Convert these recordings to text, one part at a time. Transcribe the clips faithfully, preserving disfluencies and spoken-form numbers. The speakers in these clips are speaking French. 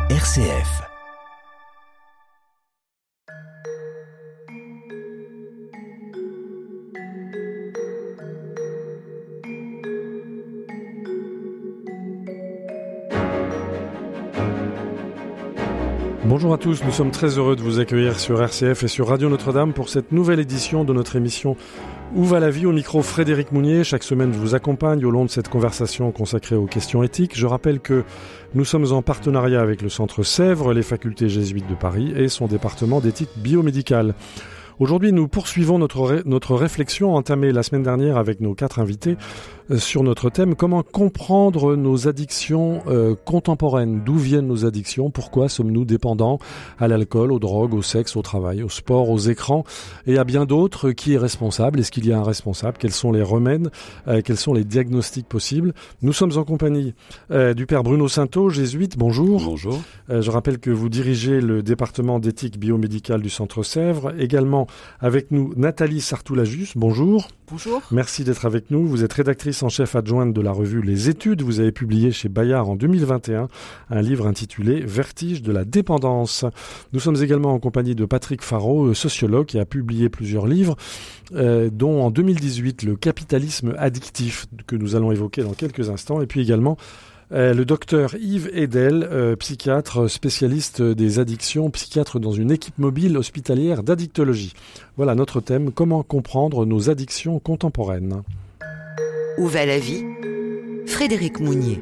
R C F. Bonjour à tous, nous sommes très heureux de vous accueillir sur R C F et sur Radio Notre-Dame pour cette nouvelle édition de notre émission Où va la vie ? Au micro Frédéric Mounier. Chaque semaine, je vous accompagne au long de cette conversation consacrée aux questions éthiques. Je rappelle que nous sommes en partenariat avec le Centre Sèvres, les facultés jésuites de Paris et son département d'éthique biomédicale. Aujourd'hui, nous poursuivons notre, ré- notre réflexion entamée la semaine dernière avec nos quatre invités euh, sur notre thème « Comment comprendre nos addictions euh, contemporaines ? D'où viennent nos addictions ? Pourquoi sommes-nous dépendants à l'alcool, aux drogues, au sexe, au travail, au sport, aux écrans et à bien d'autres ? Qui est responsable ? Est-ce qu'il y a un responsable ? Quels sont les remèdes ? euh, Quels sont les diagnostics possibles ? Nous sommes en compagnie euh, du père Bruno Sainteau, jésuite. Bonjour. Bonjour. Euh, je rappelle que vous dirigez le département d'éthique biomédicale du Centre Sèvres. Également avec nous Nathalie Sartoulajus. Bonjour. Bonjour. Merci d'être avec nous. Vous êtes rédactrice en chef adjointe de la revue Les Études. Vous avez publié chez Bayard en deux mille vingt et un un livre intitulé Vertige de la dépendance. Nous sommes également en compagnie de Patrick Farot, sociologue, qui a publié plusieurs livres, euh, dont en deux mille dix-huit Le capitalisme addictif, que nous allons évoquer dans quelques instants. Et puis également Euh, le docteur Yves Edel, euh, psychiatre spécialiste des addictions, psychiatre dans une équipe mobile hospitalière d'addictologie. Voilà notre thème, comment comprendre nos addictions contemporaines. Où va la vie ? Frédéric Mounier.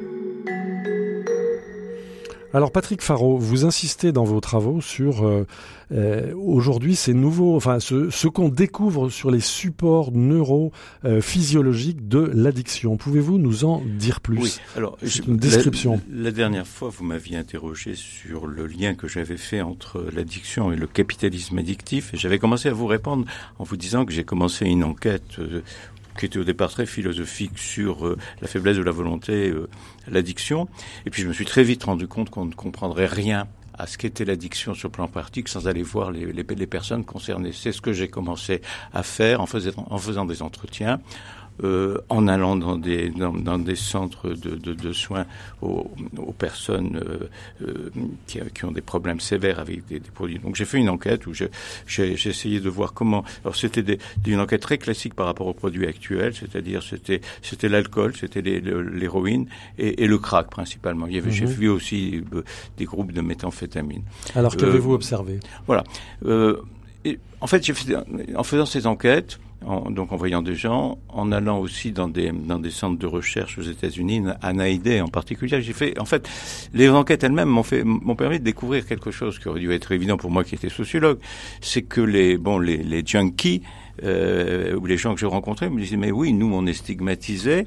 Alors Patrick Farot, vous insistez dans vos travaux sur euh, euh, aujourd'hui ces nouveaux, enfin ce, ce qu'on découvre sur les supports neurophysiologiques euh, de l'addiction. Pouvez-vous nous en dire plus ? Oui, alors c'est je, une description. La, la dernière fois, vous m'aviez interrogé sur le lien que j'avais fait entre l'addiction et le capitalisme addictif, et j'avais commencé à vous répondre en vous disant que j'ai commencé une enquête euh, qui était au départ très philosophique sur euh, la faiblesse de la volonté, euh, l'addiction. Et puis je me suis très vite rendu compte qu'on ne comprendrait rien à ce qu'était l'addiction sur le plan pratique sans aller voir les, les, les personnes concernées. C'est ce que j'ai commencé à faire en faisant, en faisant des entretiens, euh, en allant dans des, dans, dans des centres de, de, de soins aux, aux personnes euh, euh, qui, qui ont des problèmes sévères avec des, des produits. Donc j'ai fait une enquête où je, j'ai, j'ai essayé de voir comment... Alors c'était des, une enquête très classique par rapport aux produits actuels, c'est-à-dire c'était, c'était l'alcool, c'était les, l'héroïne et, et le crack principalement. Il y avait, mm-hmm. J'ai vu aussi euh, des groupes de méthamphétamine. Alors qu'avez-vous euh, observé ? Voilà. Euh, et, en fait, j'ai fait, en faisant ces enquêtes, En, donc en voyant des gens, en allant aussi dans des dans des centres de recherche aux États-Unis, à N I D en particulier, j'ai fait en fait les enquêtes elles-mêmes m'ont fait m'ont permis de découvrir quelque chose qui aurait dû être évident pour moi qui était sociologue, c'est que les bon les les junkies Euh, ou les gens que je rencontrais me disaient mais oui, nous on est stigmatisés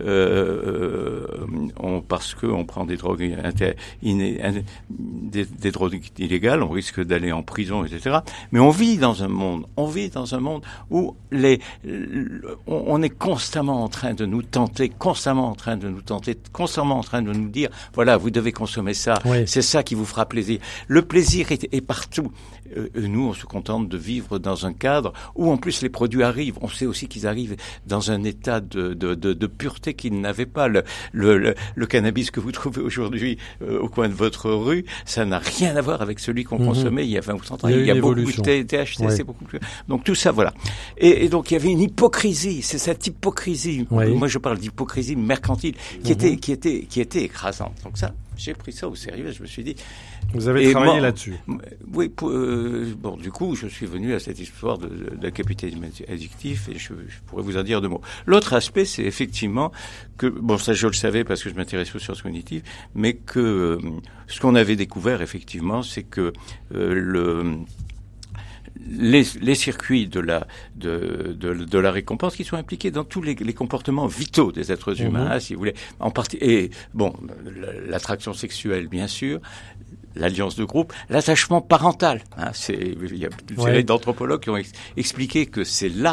euh, on, parce que on prend des drogues inter, iné, des, des drogues illégales, on risque d'aller en prison, et cetera. Mais on vit dans un monde, on vit dans un monde où les, on, on est constamment en train de nous tenter, constamment en train de nous tenter, constamment en train de nous dire voilà, vous devez consommer ça, oui. C'est ça qui vous fera plaisir. Le plaisir est, est partout. Euh, nous, on se contente de vivre dans un cadre où en plus les produits arrivent. On sait aussi qu'ils arrivent dans un état de, de, de, de pureté qu'ils n'avaient pas. Le, le, le, le cannabis que vous trouvez aujourd'hui euh, au coin de votre rue, ça n'a rien à voir avec celui qu'on mmh. consommait il y a vingt ou trente ans. Il y a, il y a beaucoup de T H C, ouais. C'est beaucoup plus... Donc tout ça, voilà. Et, et donc il y avait une hypocrisie. C'est cette hypocrisie. Oui. Moi, je parle d'hypocrisie mercantile qui mmh. était, qui était, qui était écrasante. Donc ça, j'ai pris ça au sérieux. Je me suis dit. Vous avez travaillé moi, là-dessus. Oui. Pour, euh, bon, du coup, je suis venu à cette histoire de, de, de la capitalisme addictif et je, je pourrais vous en dire deux mots. L'autre aspect, c'est effectivement que, bon, ça je le savais parce que je m'intéresse aux sciences cognitives, mais que euh, ce qu'on avait découvert effectivement, c'est que euh, le Les, les circuits de la de, de, de la récompense qui sont impliqués dans tous les, les comportements vitaux des êtres humains, mmh. hein, si vous voulez, en partie et bon l'attraction sexuelle bien sûr, l'alliance de groupe, l'attachement parental. Hein, c'est il y a une série ouais. d'anthropologues qui ont ex- expliqué que c'est là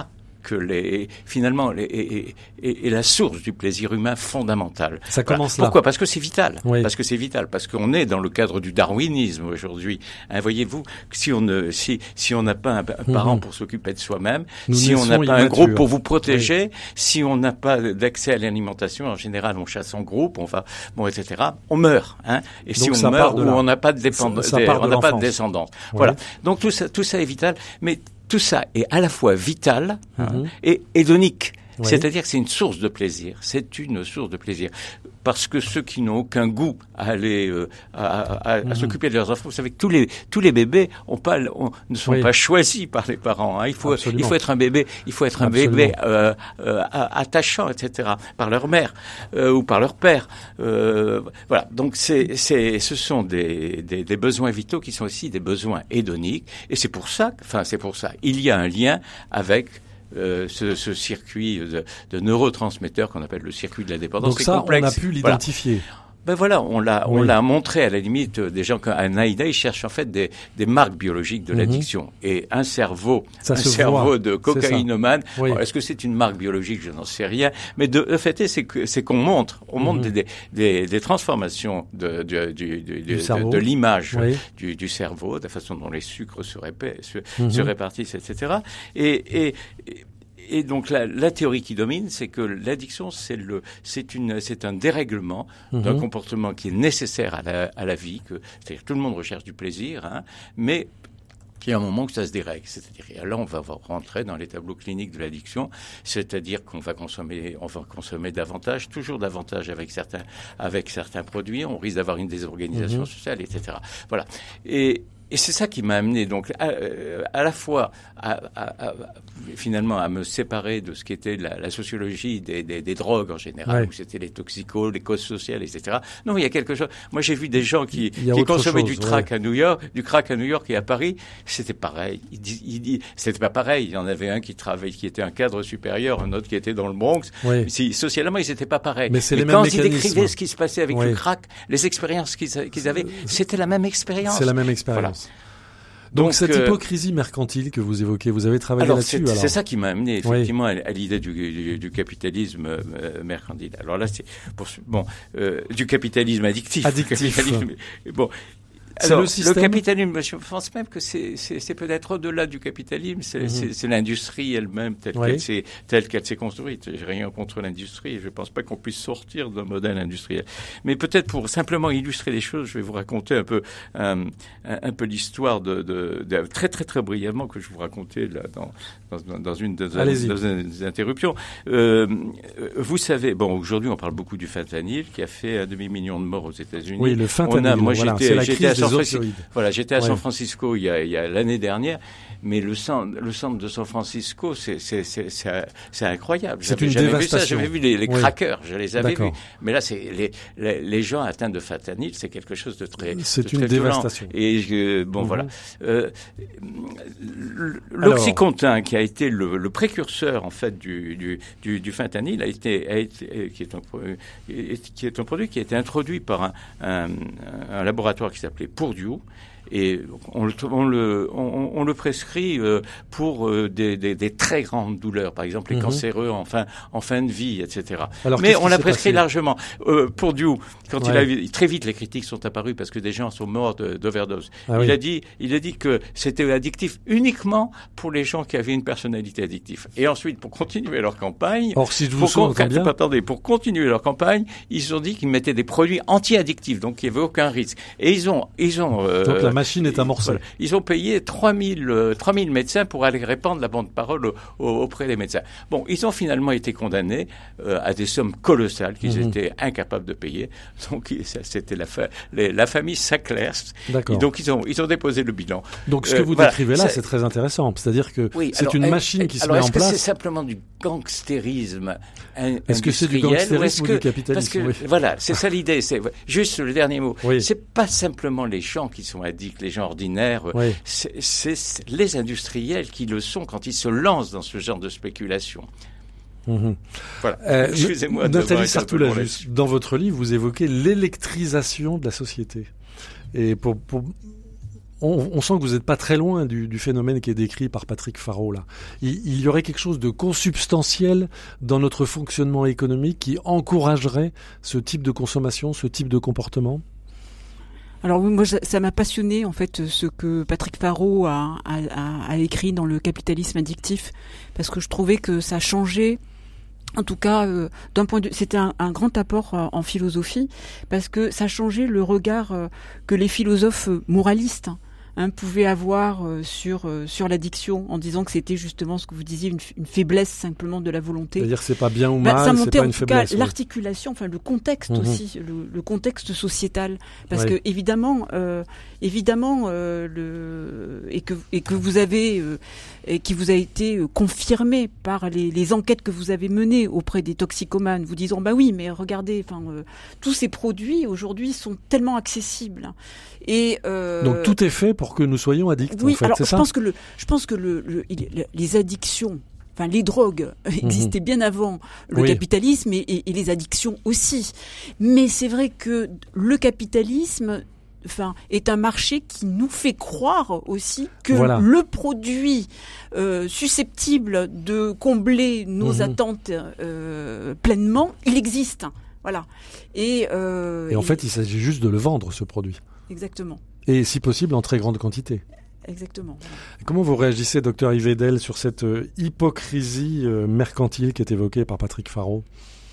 que les finalement les, et, et, et la source du plaisir humain fondamental. Ça commence voilà. là. Pourquoi ? Parce que c'est vital. Oui. Parce que c'est vital. Parce qu'on est dans le cadre du darwinisme aujourd'hui. Hein, voyez-vous, si on ne si si on n'a pas un, un parent mmh. pour s'occuper de soi-même, Nous si on n'a pas immatures. un groupe pour vous protéger, oui. si on n'a pas d'accès à l'alimentation, en général, on chasse en groupe, on va bon, et cetera. On meurt. Hein. Et Donc si on meurt, ou on n'a pas de dépendance, des, on n'a pas de descendance. Oui. Voilà. Donc tout ça, tout ça est vital. Mais tout ça est à la fois vital hein, mm-hmm. et hédonique. Oui. C'est-à-dire que c'est une source de plaisir. C'est une source de plaisir. Parce que ceux qui n'ont aucun goût à aller euh, à, à, à mmh. s'occuper de leurs enfants, vous savez que tous les tous les bébés ont pas ont, ne sont oui. pas choisis par les parents. Hein. Il faut Absolument. il faut être un bébé, il faut être un Absolument. bébé euh, euh, attachant, et cetera. Par leur mère euh, ou par leur père. Euh, voilà. Donc c'est c'est ce sont des, des des besoins vitaux qui sont aussi des besoins hédoniques. Et c'est pour ça, enfin c'est pour ça, il y a un lien avec Euh, ce, ce circuit de, de neurotransmetteurs qu'on appelle le circuit de la dépendance. Donc ça, complexe. on a pu l'identifier. Voilà. Ben voilà, on l'a, oui. on l'a montré à la limite. Des gens comme Anaïda, ils cherchent en fait des, des marques biologiques de l'addiction. Mm-hmm. Et un cerveau, ça un cerveau voit. de cocaïnomane. Oui. Alors, est-ce que c'est une marque biologique ? Je n'en sais rien. Mais de, le fait est, c'est que c'est qu'on montre, on montre mm-hmm. des, des, des transformations de, de, du, du, du de, de l'image oui. du, du cerveau, de la façon dont les sucres se, répè, se, mm-hmm. se répartissent, et cetera. Et, et, et Et donc la, la théorie qui domine, c'est que l'addiction, c'est le, c'est une, c'est un dérèglement mmh. d'un comportement qui est nécessaire à la, à la vie. Que, c'est-à-dire que tout le monde recherche du plaisir, hein, mais il y a un moment que ça se dérègle. C'est-à-dire là, on va rentrer dans les tableaux cliniques de l'addiction, c'est-à-dire qu'on va consommer, on va consommer davantage, toujours davantage avec certains, avec certains produits. On risque d'avoir une désorganisation mmh. sociale, et cetera. Voilà. Et Et c'est ça qui m'a amené donc à, à la fois à, à, à, finalement à me séparer de ce qu'était la, la sociologie des, des, des drogues en général, ouais. où c'était les toxicos, les causes sociales, et cetera. Non, il y a quelque chose. Moi, j'ai vu des gens qui, qui consommaient chose, du crack ouais. à New York, du crack à New York et à Paris. C'était pareil. Il dit, il dit, c'était pas pareil. Il y en avait un qui travaillait, qui était un cadre supérieur, un autre qui était dans le Bronx. Ouais. Si, socialement, ils n'étaient pas pareils. Mais, c'est Mais les quand mêmes ils décrivaient ce qui se passait avec ouais. le crack, les expériences qu'ils, qu'ils avaient, c'était la même expérience. C'est la même expérience. Voilà. Donc, Donc cette euh, hypocrisie mercorielle que vous évoquez, vous avez travaillé alors là-dessus. C'est, alors c'est ça qui m'a amené effectivement oui. à, à l'idée du, du, du capitalisme euh, mercantile. Alors là, c'est pour, bon euh, du capitalisme addictif. Addictif. Capitalisme, bon. Alors, le, système... le capitalisme, je pense même que c'est, c'est, c'est peut-être au-delà du capitalisme, c'est, mmh. c'est, c'est l'industrie elle-même telle, oui. qu'elle s'est, telle qu'elle s'est construite. J'ai rien contre l'industrie, je ne pense pas qu'on puisse sortir d'un modèle industriel. Mais peut-être pour simplement illustrer les choses, je vais vous raconter un peu, un, un, un peu l'histoire de, de, de, très très très brièvement que je vous racontais là dans, dans, dans une des interruptions. Euh, vous savez, bon, aujourd'hui on parle beaucoup du fentanyl qui a fait un demi-million de morts aux États-Unis. Oui, le fentanyl. A, moi, voilà, j'étais, c'est la j'étais à crise San Francisco. Voilà, j'étais à ouais. San Francisco il y a, il y a l'année dernière, mais le centre, le centre de San Francisco, c'est, c'est, c'est, c'est, c'est incroyable. C'est j'avais une jamais dévastation. vu ça, j'avais vu les, les oui. crackers, je les avais D'accord. vus. Mais là, c'est les, les, les gens atteints de fentanyl, c'est quelque chose de très, c'est de une très dévastation. Violent. Et je, bon, mmh. voilà. Euh, l'Oxycontin, Alors... qui a été le, le précurseur en fait du, du, du, du fentanyl, a été, a été, qui est un, qui est un produit qui a été introduit par un, un, un laboratoire qui s'appelait Purdue. Et on le, on le, on, on le prescrit euh, pour euh, des, des, des très grandes douleurs, par exemple les mm-hmm. cancéreux en fin, en fin de vie, et cetera. Alors, mais on l'a prescrit passé largement. Euh, pour Dieu, quand ouais. il a très vite les critiques sont apparues parce que des gens sont morts de, d'overdose. Ah, il oui. a dit, il a dit que c'était addictif uniquement pour les gens qui avaient une personnalité addictive. Et ensuite, pour continuer leur campagne, Or, si je vous pour, con- bien. attendez, pour continuer leur campagne, ils ont dit qu'ils mettaient des produits anti-addictifs, donc il n'y avait aucun risque. Et ils ont, ils ont. Euh, donc la machine est amorcée. Voilà. Ils ont payé trois mille médecins pour aller répandre la bonne parole au, au, auprès des médecins. Bon, ils ont finalement été condamnés euh, à des sommes colossales qu'ils mmh. étaient incapables de payer. Donc c'était la, fa- les, la famille Sackler. D'accord. Donc ils ont, ils ont déposé le bilan. Donc ce que vous euh, décrivez voilà, là, c'est très intéressant. C'est-à-dire que oui, c'est alors, une machine qui alors, se met en place. Est-ce que c'est simplement du gangstérisme in- Est-ce que c'est du gangstérisme ou, que, du capitalisme parce que, oui. Voilà, c'est ça l'idée. C'est juste le dernier mot. Oui. C'est pas simplement les gens qui sont addicts, les gens ordinaires. Oui. C'est, c'est les industriels qui le sont quand ils se lancent dans ce genre de spéculation. Mmh. Voilà. Euh, Excusez-moi. Nathalie Sartoulajus, dans votre livre, vous évoquez l'électrisation de la société. Et pour, pour on, on sent que vous n'êtes pas très loin du, du phénomène qui est décrit par Patrick Farreau là. Il, il y aurait quelque chose de consubstantiel dans notre fonctionnement économique qui encouragerait ce type de consommation, ce type de comportement? Alors oui, moi ça m'a passionné en fait ce que Patrick Farreau a, a, a écrit dans Le capitalisme addictif, parce que je trouvais que ça changeait. En tout cas, euh, d'un point de vue, c'était un, un grand apport euh, en philosophie, parce que ça changeait le regard euh, que les philosophes moralistes hein, pouvaient avoir euh, sur euh, sur l'addiction, en disant que c'était justement ce que vous disiez, une, une faiblesse simplement de la volonté. C'est-à-dire que c'est pas bien ou mal, bah, ça montait c'est pas en une tout faiblesse. Cas, oui. L'articulation, enfin le contexte mmh. aussi, le, le contexte sociétal, parce oui. que évidemment, euh, évidemment, euh, le et que et que vous avez euh, et qui vous a été euh, confirmé par les, les enquêtes que vous avez menées auprès des toxicomanes, vous disant bah oui, mais regardez, enfin euh, tous ces produits aujourd'hui sont tellement accessibles et euh, donc tout est fait pour que nous soyons addicts. Oui, en fait, alors c'est je ça pense que le, je pense que le, le, le les addictions. Enfin, les drogues existaient mmh. bien avant le oui. capitalisme et, et, et les addictions aussi. Mais c'est vrai que le capitalisme, enfin, est un marché qui nous fait croire aussi que voilà. le produit euh, susceptible de combler nos mmh. attentes euh, pleinement, il existe. Voilà. Et, euh, et en et... fait, il s'agit juste de le vendre, ce produit. Exactement. Et si possible, en très grande quantité. Exactement. Comment vous réagissez, docteur Yves Eidel, sur cette euh, hypocrisie euh, mercantile qui est évoquée par Patrick Farreau?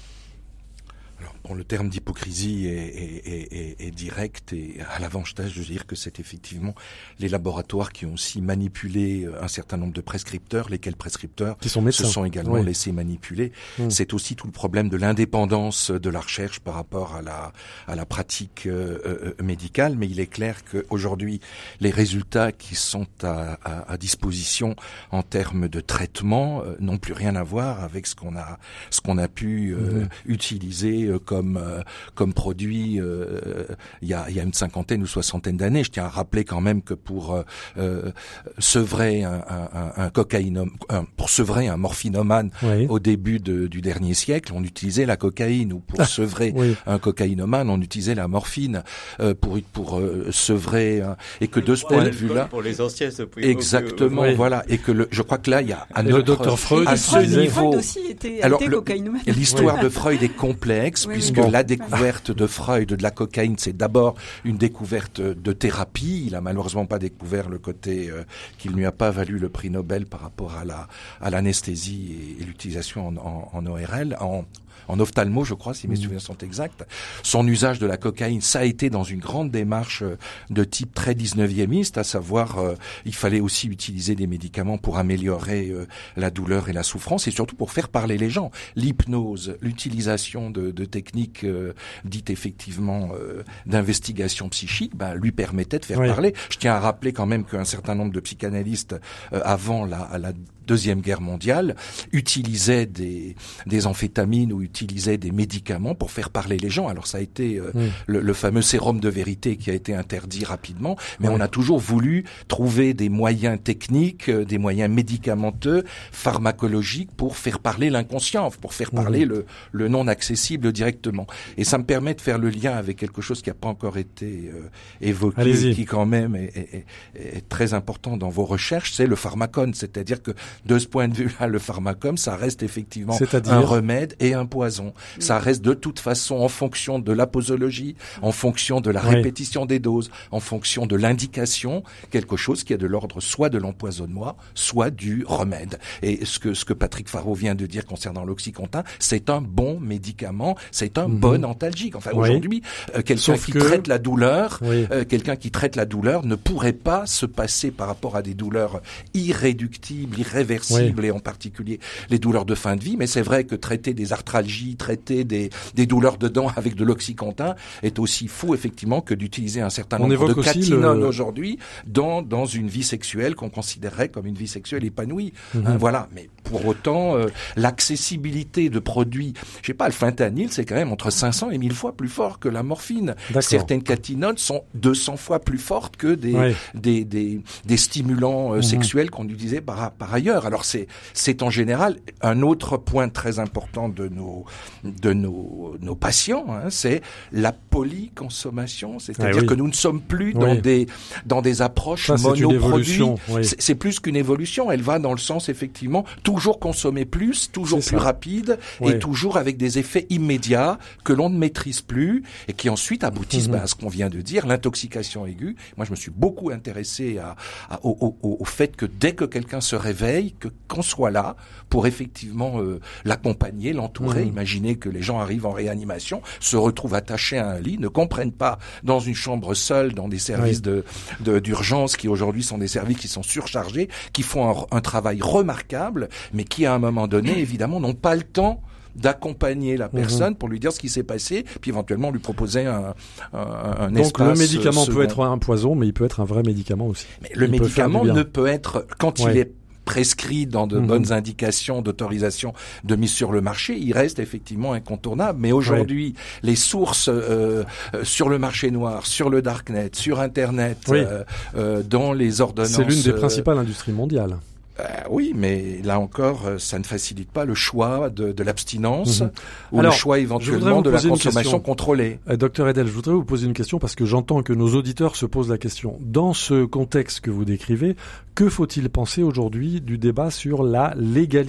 Alors, bon, le terme d'hypocrisie est, est, est, est, est direct et à l'avantage de dire que c'est effectivement les laboratoires qui ont aussi manipulé un certain nombre de prescripteurs, lesquels prescripteurs qui sont médecins. se sont également oui. laissés manipuler. Mmh. C'est aussi tout le problème de l'indépendance de la recherche par rapport à la, à la pratique euh, euh, médicale. Mais il est clair qu'aujourd'hui, les résultats qui sont à, à, à disposition en termes de traitement euh, n'ont plus rien à voir avec ce qu'on a, ce qu'on a pu euh, mmh. utiliser comme euh, comme produit euh, il y a il y a une cinquantaine ou soixantaine d'années. Je tiens à rappeler quand même que pour euh, euh, sevrer un, un, un cocaïnom, un, pour sevrer un morphinomane oui. au début de, du dernier siècle, on utilisait la cocaïne, ou pour ah, sevrer oui. un cocaïnomane, on utilisait la morphine euh, pour pour euh, sevrer un, et que de ce point de vue-là, pour les anciens, exactement, oui. voilà, et que le, je crois que là il y a à notre, le docteur Freud, à ce niveau, Freud aussi était, alors était le, cocaïnomane. L'histoire oui. de Freud est complexe. Oui, puisque bon. la découverte de Freud de la cocaïne, c'est d'abord une découverte de thérapie. Il a malheureusement pas découvert le côté euh, qui ne lui a pas valu le prix Nobel par rapport à la à l'anesthésie et, et l'utilisation en, en, en O R L, en en ophtalmo, je crois, si mes mmh. souvenirs sont exacts. Son usage de la cocaïne, ça a été dans une grande démarche de type très dix-neuviémiste, à savoir, euh, il fallait aussi utiliser des médicaments pour améliorer euh, la douleur et la souffrance, et surtout pour faire parler les gens. L'hypnose, l'utilisation de, de techniques euh, dites effectivement euh, d'investigation psychique, ben, lui permettait de faire oui. parler. Je tiens à rappeler quand même qu'un certain nombre de psychanalystes, euh, avant la, la Deuxième Guerre mondiale, utilisaient des, des amphétamines ou utilisaient des médicaments pour faire parler les gens. Alors ça a été euh, mmh. le, le fameux sérum de vérité qui a été interdit rapidement, mais mmh. on a toujours voulu trouver des moyens techniques, euh, des moyens médicamenteux, pharmacologiques pour faire parler l'inconscient, pour faire parler mmh. le, le non accessible directement. Et ça me permet de faire le lien avec quelque chose qui n'a pas encore été euh, évoqué, Allez-y. qui quand même est, est, est, est très important dans vos recherches, c'est le pharmacone, c'est-à-dire que de ce point de vue-là, le pharmacone, ça reste effectivement C'est-à-dire un remède et un poison. Oui. Ça reste de toute façon en fonction de la posologie, en fonction de la oui. répétition des doses, en fonction de l'indication, quelque chose qui est de l'ordre soit de l'empoisonnement, soit du remède. Et ce que ce que Patrick Farreau vient de dire concernant l'Oxycontin, c'est un bon médicament, c'est un mmh. bon antalgique. Enfin, oui. aujourd'hui, euh, quelqu'un Sauf qui que... traite la douleur, oui. euh, quelqu'un qui traite la douleur ne pourrait pas se passer par rapport à des douleurs irréductibles, irréversibles, Oui. et en particulier les douleurs de fin de vie, mais c'est vrai que traiter des arthralgies, traiter des, des douleurs de dents avec de l'Oxycontin est aussi fou effectivement que d'utiliser un certain On nombre de catinones le... aujourd'hui dans dans une vie sexuelle qu'on considérerait comme une vie sexuelle épanouie. Mm-hmm. Hein, voilà, mais pour autant euh, l'accessibilité de produits, je sais pas, le fentanyl c'est quand même entre cinq cents et mille fois plus fort que la morphine. D'accord. Certaines catinones sont deux cents fois plus fortes que des oui. des, des des stimulants euh, mm-hmm. sexuels qu'on utilisait par par ailleurs. ailleurs. Alors c'est c'est en général un autre point très important de nos de nos nos patients, hein, c'est la polyconsommation, c'est-à-dire ah oui. que nous ne sommes plus dans oui. des dans des approches Ça, monoproduits. Oui. C'est, c'est plus qu'une évolution, elle va dans le sens effectivement toujours consommer plus, toujours c'est plus ça. rapide oui. et toujours avec des effets immédiats que l'on ne maîtrise plus et qui ensuite aboutissent mmh. ben, à ce qu'on vient de dire, l'intoxication aiguë. Moi, je me suis beaucoup intéressé à, à, au, au, au fait que dès que quelqu'un se réveille, que qu'on soit là pour effectivement euh, l'accompagner, l'entourer. Mmh. Imaginez que les gens arrivent en réanimation, se retrouvent attachés à un lit, ne comprennent pas dans une chambre seule, dans des services oui. de, de d'urgence qui aujourd'hui sont des services qui sont surchargés, qui font un, un travail remarquable, mais qui à un moment donné, évidemment, n'ont pas le temps d'accompagner la personne mmh. pour lui dire ce qui s'est passé, puis éventuellement lui proposer un, un, un Donc espace. Donc le médicament second. peut être un poison, mais il peut être un vrai médicament aussi. Mais le il médicament ne peut être, quand ouais. il est prescrit dans de mmh. bonnes indications d'autorisation de mise sur le marché, il reste effectivement incontournable. Mais aujourd'hui, oui. les sources euh, euh, sur le marché noir, sur le darknet, sur Internet, oui. euh, euh, dans les ordonnances... C'est l'une des principales euh, industries mondiales. Euh, oui, mais là encore, ça ne facilite pas le choix de, de l'abstinence mmh. ou Alors, le choix éventuellement de la consommation contrôlée. Euh, docteur Edel, je voudrais vous poser une question parce que j'entends que nos auditeurs se posent la question. Dans ce contexte que vous décrivez, que faut-il penser aujourd'hui du débat sur la légalisation ?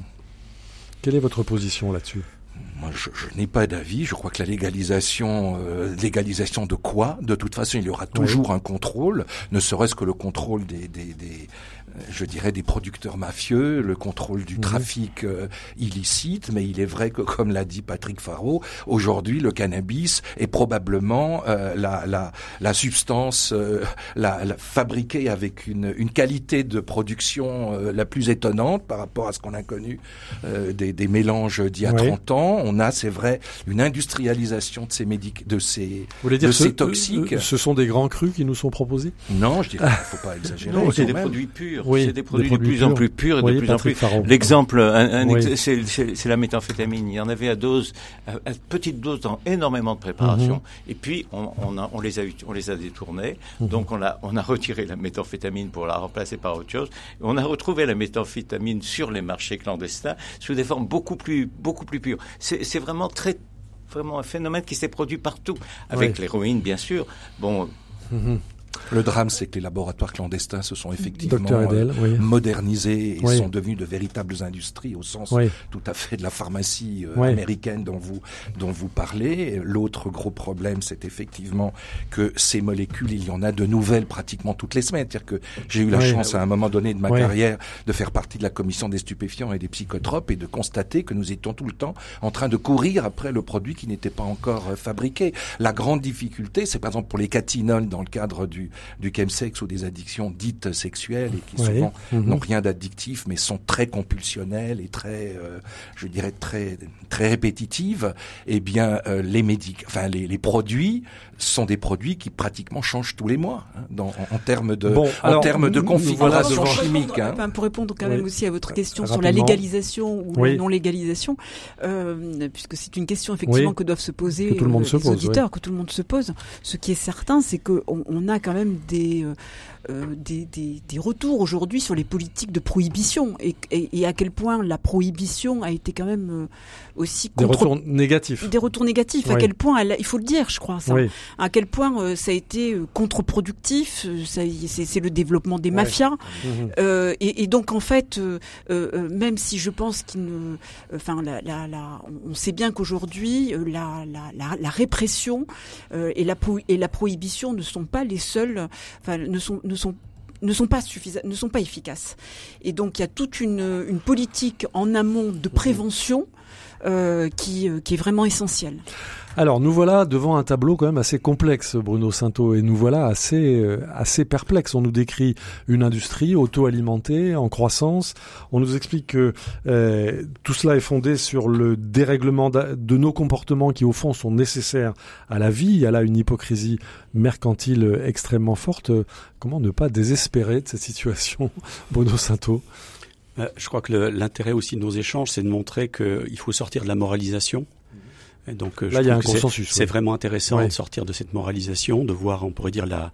Quelle est votre position là-dessus ? Moi, je, je n'ai pas d'avis. Je crois que la légalisation, euh, légalisation de quoi ? De toute façon, il y aura toujours oui. un contrôle, ne serait-ce que le contrôle des, des, des je dirais des producteurs mafieux, le contrôle du mmh. trafic euh, illicite, mais il est vrai que, comme l'a dit Patrick Farreau, aujourd'hui le cannabis est probablement euh, la, la, la substance euh, la, la fabriquée avec une, une qualité de production euh, la plus étonnante par rapport à ce qu'on a connu euh, des, des mélanges d'il y a oui. trente ans. On a, c'est vrai, une industrialisation de ces médic- de ces, de ce, ces toxiques. Euh, ce sont des grands crus qui nous sont proposés ? Non, je dirais qu'il ne faut pas exagérer. Non, c'est des même. produits purs. Oui, c'est des produits, des produits de plus purs. en plus purs et oui, de plus Patrick en plus. Farreau. L'exemple, un, un oui. ex... c'est, c'est, c'est la méthamphétamine. Il y en avait à dose, à, à petite dose dans énormément de préparations. Mm-hmm. Et puis on, on, a, on les a, on les a détournés. Mm-hmm. Donc on a, on a retiré la méthamphétamine pour la remplacer par autre chose. Et on a retrouvé la méthamphétamine sur les marchés clandestins sous des formes beaucoup plus, beaucoup plus pures. C'est, c'est vraiment très, vraiment un phénomène qui s'est produit partout, avec oui. l'héroïne bien sûr. Bon. Mm-hmm. Le drame, c'est que les laboratoires clandestins se sont effectivement Edel, euh, oui. modernisés et oui. sont devenus de véritables industries au sens oui. tout à fait de la pharmacie euh, oui. américaine dont vous dont vous parlez. L'autre gros problème, c'est effectivement que ces molécules, il y en a de nouvelles pratiquement toutes les semaines. C'est-à-dire que j'ai eu la oui. chance à un moment donné de ma oui. carrière de faire partie de la commission des stupéfiants et des psychotropes et de constater que nous étions tout le temps en train de courir après le produit qui n'était pas encore euh, fabriqué. La grande difficulté, c'est par exemple pour les catinols dans le cadre du du chemsex ou des addictions dites sexuelles et qui oui. souvent mmh. n'ont rien d'addictif mais sont très compulsionnelles et très, euh, je dirais très très répétitives. Eh bien, euh, les médic, enfin les, les produits sont des produits qui pratiquement changent tous les mois hein, dans, en, en termes de bon, en alors, termes de configuration voilà, chimique. Hein. Enfin, pour répondre quand oui. même aussi à votre question Rapidement. sur la légalisation ou oui. la non légalisation, euh, puisque c'est une question effectivement oui. que doivent se poser que tout le monde euh, se les pose, auditeurs, oui. que tout le monde se pose. Ce qui est certain, c'est que on, on a quand même des euh, Euh, des, des, des retours aujourd'hui sur les politiques de prohibition et, et, et à quel point la prohibition a été quand même euh, aussi des contre... retours négatifs. Des retours négatifs. Oui. À quel point, elle, il faut le dire, je crois, ça. Oui. À quel point euh, ça a été euh, contre-productif. Euh, ça, c'est, c'est le développement des ouais. mafias. Mmh. Euh, et, et donc en fait, euh, euh, même si je pense qu'il ne, enfin, la, la, la, on sait bien qu'aujourd'hui, euh, la, la, la, la répression euh, et, la pro, et la prohibition ne sont pas les seuls, enfin, ne sont ne sont ne sont pas suffisants, ne sont pas efficaces. Et donc il y a toute une, une politique en amont de prévention euh, qui, euh, qui est vraiment essentielle. Alors nous voilà devant un tableau quand même assez complexe, Bruno Sainteau, et nous voilà assez euh, assez perplexes. On nous décrit une industrie auto-alimentée, en croissance. On nous explique que euh, tout cela est fondé sur le dérèglement de nos comportements qui au fond sont nécessaires à la vie. Il y a là une hypocrisie mercantile extrêmement forte. Comment ne pas désespérer de cette situation, Bruno Sainteau ? euh, Je crois que le, l'intérêt aussi de nos échanges, c'est de montrer qu'il faut sortir de la moralisation. Et donc, là, il y a un consensus. C'est, oui. c'est vraiment intéressant oui. de sortir de cette moralisation, de voir, on pourrait dire, la,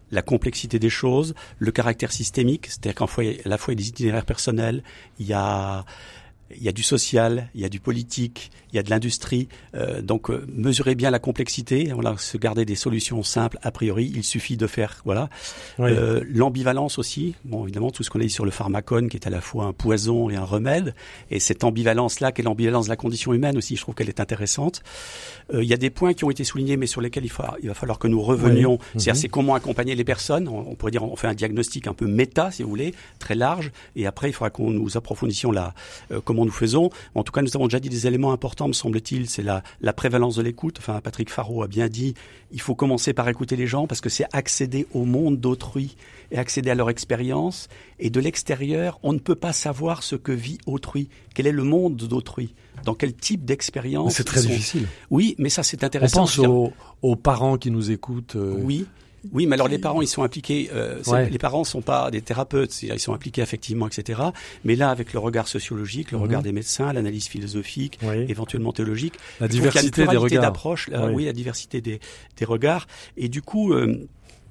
la complexité des choses, le caractère systémique, c'est-à-dire qu'en fois, à la fois il y a des itinéraires personnels, il y a il y a du social, il y a du politique, il y a de l'industrie. Euh, donc, euh, mesurez bien la complexité. Voilà, se garder des solutions simples a priori. Il suffit de faire, voilà. Oui. Euh, l'ambivalence aussi. Bon, évidemment, tout ce qu'on a dit sur le pharmacone, qui est à la fois un poison et un remède. Et cette ambivalence-là, qui est l'ambivalence de la condition humaine aussi, je trouve qu'elle est intéressante. Euh, il y a des points qui ont été soulignés, mais sur lesquels il, faut, il va falloir que nous revenions. Oui. C'est-à-dire, mm-hmm. c'est comment accompagner les personnes. On, on pourrait dire, on fait un diagnostic un peu méta, si vous voulez, très large. Et après, il faudra qu'on nous approfondissions la euh, comment nous faisons. En tout cas, nous avons déjà dit des éléments importants, me semble-t-il, c'est la, la prévalence de l'écoute. Enfin, Patrick Farreau a bien dit, il faut commencer par écouter les gens parce que c'est accéder au monde d'autrui et accéder à leur expérience. Et de l'extérieur, on ne peut pas savoir ce que vit autrui. Quel est le monde d'autrui? Dans quel type d'expérience? C'est très sont... difficile. Oui, mais ça, c'est intéressant. On pense aux, aux parents qui nous écoutent. Euh... Oui. Oui, mais alors les parents, ils sont impliqués. Euh, ouais. Les parents sont pas des thérapeutes, ils sont impliqués affectivement, et cetera. Mais là, avec le regard sociologique, le mmh. regard des médecins, l'analyse philosophique, oui. éventuellement théologique, la diversité des regards, d'approche, euh, oui. oui, la diversité des, des regards. Et du coup, euh,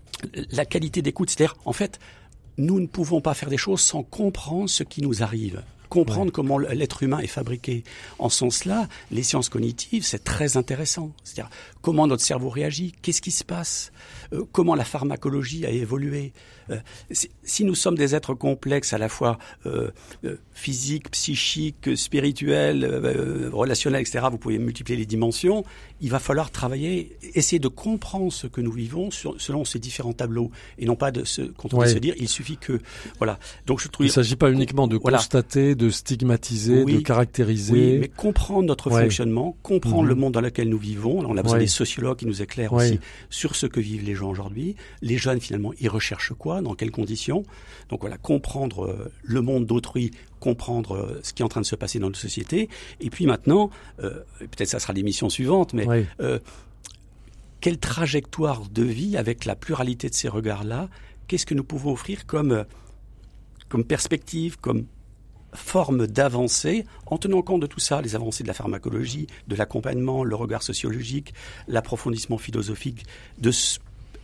la qualité d'écoute, c'est-à-dire, en fait, nous ne pouvons pas faire des choses sans comprendre ce qui nous arrive. Comprendre ouais. comment l'être humain est fabriqué. En ce sens-là, les sciences cognitives, c'est très intéressant. C'est-à-dire comment notre cerveau réagit, qu'est-ce qui se passe, euh, comment la pharmacologie a évolué. Euh, si, si nous sommes des êtres complexes à la fois euh, euh, physiques, psychiques, spirituels, euh, relationnels, et cetera, vous pouvez multiplier les dimensions, il va falloir travailler, essayer de comprendre ce que nous vivons sur, selon ces différents tableaux et non pas de se contenter ouais. de se dire il suffit que... Voilà. Donc, je trouve, il ne s'agit pas uniquement de voilà. constater, de stigmatiser, oui, de caractériser. Oui, mais comprendre notre ouais. fonctionnement, comprendre mmh. le monde dans lequel nous vivons. Alors, on a besoin ouais. des sociologues qui nous éclairent ouais. aussi sur ce que vivent les gens aujourd'hui. Les jeunes, finalement, ils recherchent quoi? Dans quelles conditions? Donc voilà, comprendre euh, le monde d'autrui, comprendre euh, ce qui est en train de se passer dans notre société. Et puis maintenant, euh, peut-être ça sera l'émission suivante, mais oui. euh, quelle trajectoire de vie avec la pluralité de ces regards-là? Qu'est-ce que nous pouvons offrir comme, euh, comme perspective, comme forme d'avancée, en tenant compte de tout ça, les avancées de la pharmacologie, de l'accompagnement, le regard sociologique, l'approfondissement philosophique, de ce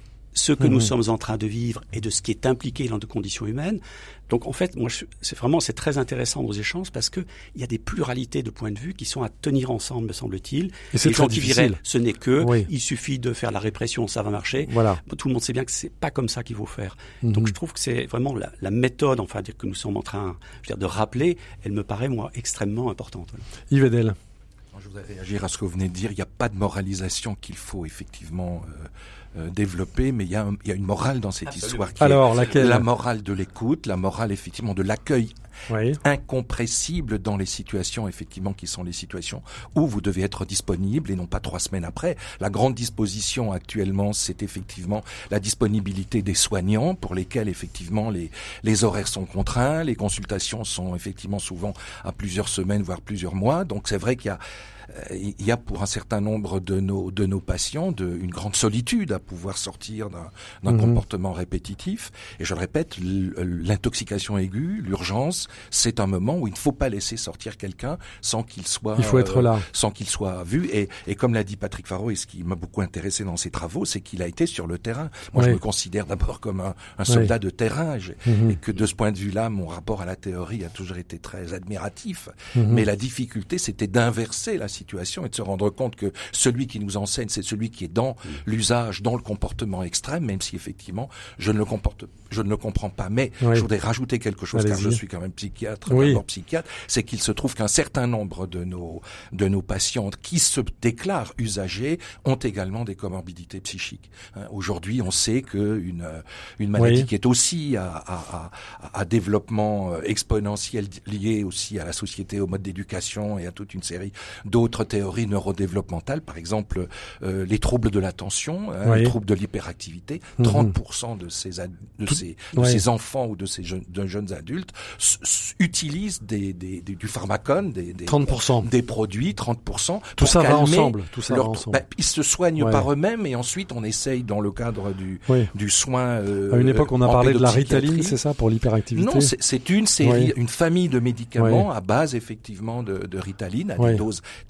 ce que mmh. nous sommes en train de vivre et de ce qui est impliqué dans nos conditions humaines. Donc en fait, moi, je, c'est vraiment c'est très intéressant nos échanges parce que il y a des pluralités de points de vue qui sont à tenir ensemble, me semble-t-il. Et c'est les très gens qui difficile. diraient, ce n'est que, oui. il suffit de faire la répression, ça va marcher. Voilà. Tout le monde sait bien que c'est pas comme ça qu'il faut faire. Mmh. Donc je trouve que c'est vraiment la, la méthode, enfin que nous sommes en train, je veux dire, de rappeler. Elle me paraît moi extrêmement importante. Voilà. Yves Edel. Je voudrais réagir à ce que vous venez de dire. Il n'y a pas de moralisation qu'il faut effectivement euh, euh, développer, mais il y a, un, il y a une morale dans cette Absolument. histoire qui Alors, est laquelle? La morale de l'écoute, la morale effectivement de l'accueil oui. incompressible dans les situations effectivement qui sont les situations où vous devez être disponible et non pas trois semaines après. La grande disposition actuellement, c'est effectivement la disponibilité des soignants pour lesquels effectivement les, les horaires sont contraints, les consultations sont effectivement souvent à plusieurs semaines voire plusieurs mois. Donc c'est vrai qu'il y a il y a pour un certain nombre de nos de nos patients de, une grande solitude à pouvoir sortir d'un, d'un mmh. comportement répétitif. Et je le répète, l'intoxication aiguë, l'urgence, c'est un moment où il ne faut pas laisser sortir quelqu'un sans qu'il soit il faut être là, euh, sans qu'il soit vu. Et, et comme l'a dit Patrick Farreau, et ce qui m'a beaucoup intéressé dans ses travaux, c'est qu'il a été sur le terrain. Moi, oui. je me considère d'abord comme un, un soldat oui. de terrain, et, mmh. et que de ce point de vue-là, mon rapport à la théorie a toujours été très admiratif. Mmh. Mais la difficulté, c'était d'inverser la situation et de se rendre compte que celui qui nous enseigne, c'est celui qui est dans l'usage, dans le comportement extrême, même si effectivement je ne le comporte, je ne le comprends pas. Mais oui. je voudrais rajouter quelque chose, Allez-y. car je suis quand même psychiatre, oui. d'abord psychiatre, c'est qu'il se trouve qu'un certain nombre de nos de nos patientes qui se déclarent usagées ont également des comorbidités psychiques. Hein, aujourd'hui, on sait que une une maladie oui. qui est aussi à, à, à, à développement exponentiel lié aussi à la société, au mode d'éducation et à toute une série d'autres D'autres théories neurodéveloppementales, par exemple euh, les troubles de l'attention, hein, oui. les troubles de l'hyperactivité, mmh. trente pour cent de ces ad- de Tout, ces de ouais. ces enfants ou de ces jeunes, de jeunes adultes s- s- utilisent des, des, des du pharmacone, des, des trente pour cent des produits, trente pour cent. Tout ça va ensemble. Tout ça leur, va ensemble. Bah, ils se soignent ouais. par eux-mêmes et ensuite on essaye dans le cadre du oui. du soin. Euh, à une époque, on a parlé de la Ritaline, c'est ça, pour l'hyperactivité. Non, c'est, c'est une série, oui. une famille de médicaments oui. à base effectivement de, de Ritaline à oui. des doses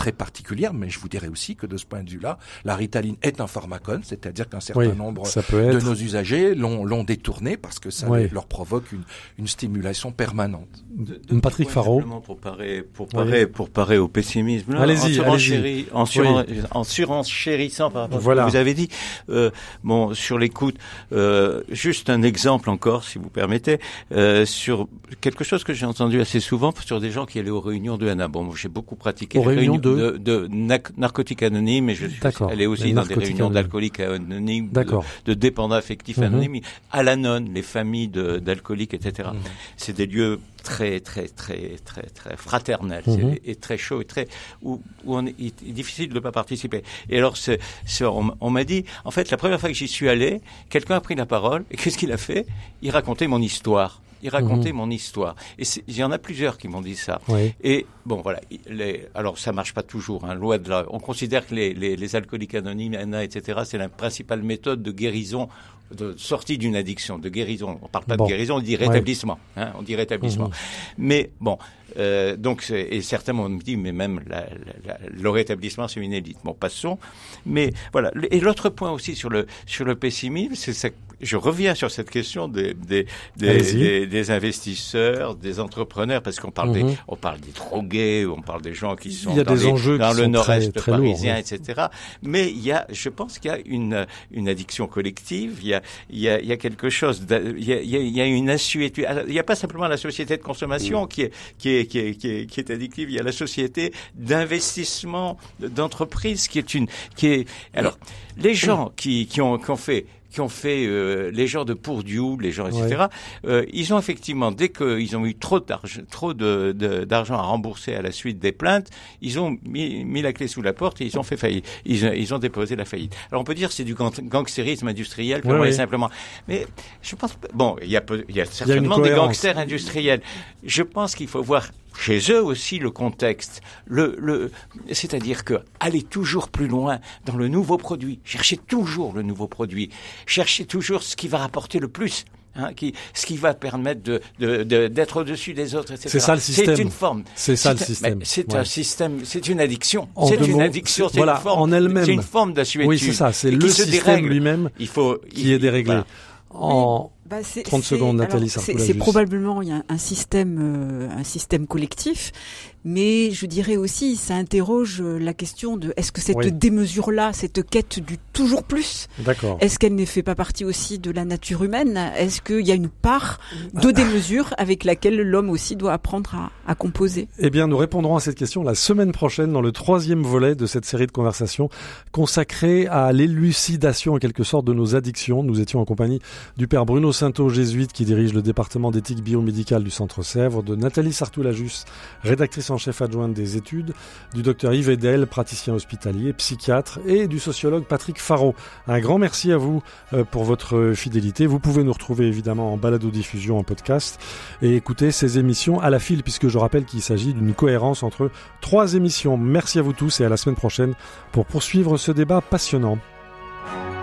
très particulière, mais je vous dirais aussi que de ce point de vue-là, la Ritaline est un pharmacone, c'est-à-dire qu'un certain oui, nombre de nos usagers l'ont, l'ont détourné parce que ça oui. leur provoque une, une stimulation permanente. De, de Patrick Faraud. Pour parer, pour parer, oui. pour parer au pessimisme. Là, allez-y, en allez-y. En, suren, oui. en surenchérissant par rapport voilà. à ce que vous avez dit, euh, bon, sur l'écoute, euh, juste un exemple encore, si vous permettez, euh, sur quelque chose que j'ai entendu assez souvent sur des gens qui allaient aux réunions de Anna. Bon, j'ai beaucoup pratiqué aux les réunions réunions de, de, de nac- narcotiques anonymes, et je suis allé aussi dans des réunions d'alcooliques anonymes, de, de dépendants affectifs mm-hmm. anonymes, Al-Anon, les familles de, d'alcooliques, et cetera. Mm-hmm. C'est des lieux très très très très très fraternel mm-hmm. et très chaud et très où, où on est, il est difficile de ne pas participer. Et alors c'est, c'est on, on m'a dit en fait la première fois que j'y suis allé, quelqu'un a pris la parole et qu'est-ce qu'il a fait? Il racontait mon histoire. Il racontait mmh. mon histoire. Et il y en a plusieurs qui m'ont dit ça. Oui. Et bon, voilà. Les, alors, ça marche pas toujours. Hein, loin de là. On considère que les, les, les alcooliques anonymes, Anna, et cetera, c'est la principale méthode de guérison, de sortie d'une addiction, de guérison. On parle pas bon. de guérison, on dit rétablissement. Ouais. Hein, on dit rétablissement. Mmh. Mais bon, euh, donc, c'est, et certains m'ont dit, mais même la, la, la, le rétablissement, c'est une élite. Bon, passons. Mais voilà. Et l'autre point aussi sur le sur le pessimisme, c'est ça. Je reviens sur cette question des des des, des, des investisseurs, des entrepreneurs, parce qu'on parle mm-hmm. des on parle des drogués, on parle des gens qui sont il y a dans, des les, enjeux dans qui le sont nord-est très, très parisien, lourds, oui. et cetera. Mais il y a, je pense qu'il y a une une addiction collective. Il y a il y a il y a quelque chose. Il y a il y a, il y a une assuétude. Il n'y a pas simplement la société de consommation mm. qui est qui est qui est qui est qui est addictive. Il y a la société d'investissement d'entreprise qui est une qui est alors les gens qui qui ont qui ont fait qui ont fait euh, les gens de Bourdieu, les gens, et cetera. Ouais. Euh, ils ont effectivement, dès qu'ils ont eu trop d'argent, trop de, de, d'argent à rembourser à la suite des plaintes, ils ont mis, mis la clé sous la porte et ils ont fait faillite. Ils, ils ont déposé la faillite. Alors on peut dire que c'est du gangstérisme industriel, purement ouais, et ouais. simplement. Mais je pense, bon, il y a, il y a certainement il y a des gangsters industriels. Je pense qu'il faut voir chez eux aussi le contexte, le, le, c'est-à-dire que aller toujours plus loin dans le nouveau produit, chercher toujours le nouveau produit, chercher toujours ce qui va rapporter le plus, hein, qui, ce qui va permettre de, de, de d'être au-dessus des autres, et cetera. C'est ça le système. C'est une forme. C'est ça c'est le système. C'est ouais. un système. C'est une addiction. En c'est une mots, addiction. C'est, c'est voilà, une forme. En elle-même. C'est une forme d'assuétude. Oui, c'est ça. C'est le système lui-même il faut, qui il, est déréglé. Voilà. En bah c'est, trente c'est, secondes, Nathalie alors, c'est, c'est probablement il y a un système, euh, un système collectif, mais je dirais aussi, ça interroge la question de est-ce que cette oui. démesure-là, cette quête du toujours plus, D'accord. est-ce qu'elle ne fait pas partie aussi de la nature humaine? Est-ce qu'il y a une part de démesure avec laquelle l'homme aussi doit apprendre à, à composer? Eh bien, nous répondrons à cette question la semaine prochaine dans le troisième volet de cette série de conversations consacrée à l'élucidation en quelque sorte de nos addictions. Nous étions en compagnie du père Bruno Sainteau, jésuite qui dirige le département d'éthique biomédicale du Centre Sèvres, de Nathalie Sartoulajus, rédactrice en chef adjointe des études, du docteur Yves Edel, praticien hospitalier, psychiatre, et du sociologue Patrick Faraud. Un grand merci à vous euh, pour votre fidélité. Vous pouvez nous retrouver évidemment en balado-diffusion, en podcast, et écouter ces émissions à la file, puisque je rappelle qu'il s'agit d'une cohérence entre trois émissions. Merci à vous tous et à la semaine prochaine pour poursuivre ce débat passionnant.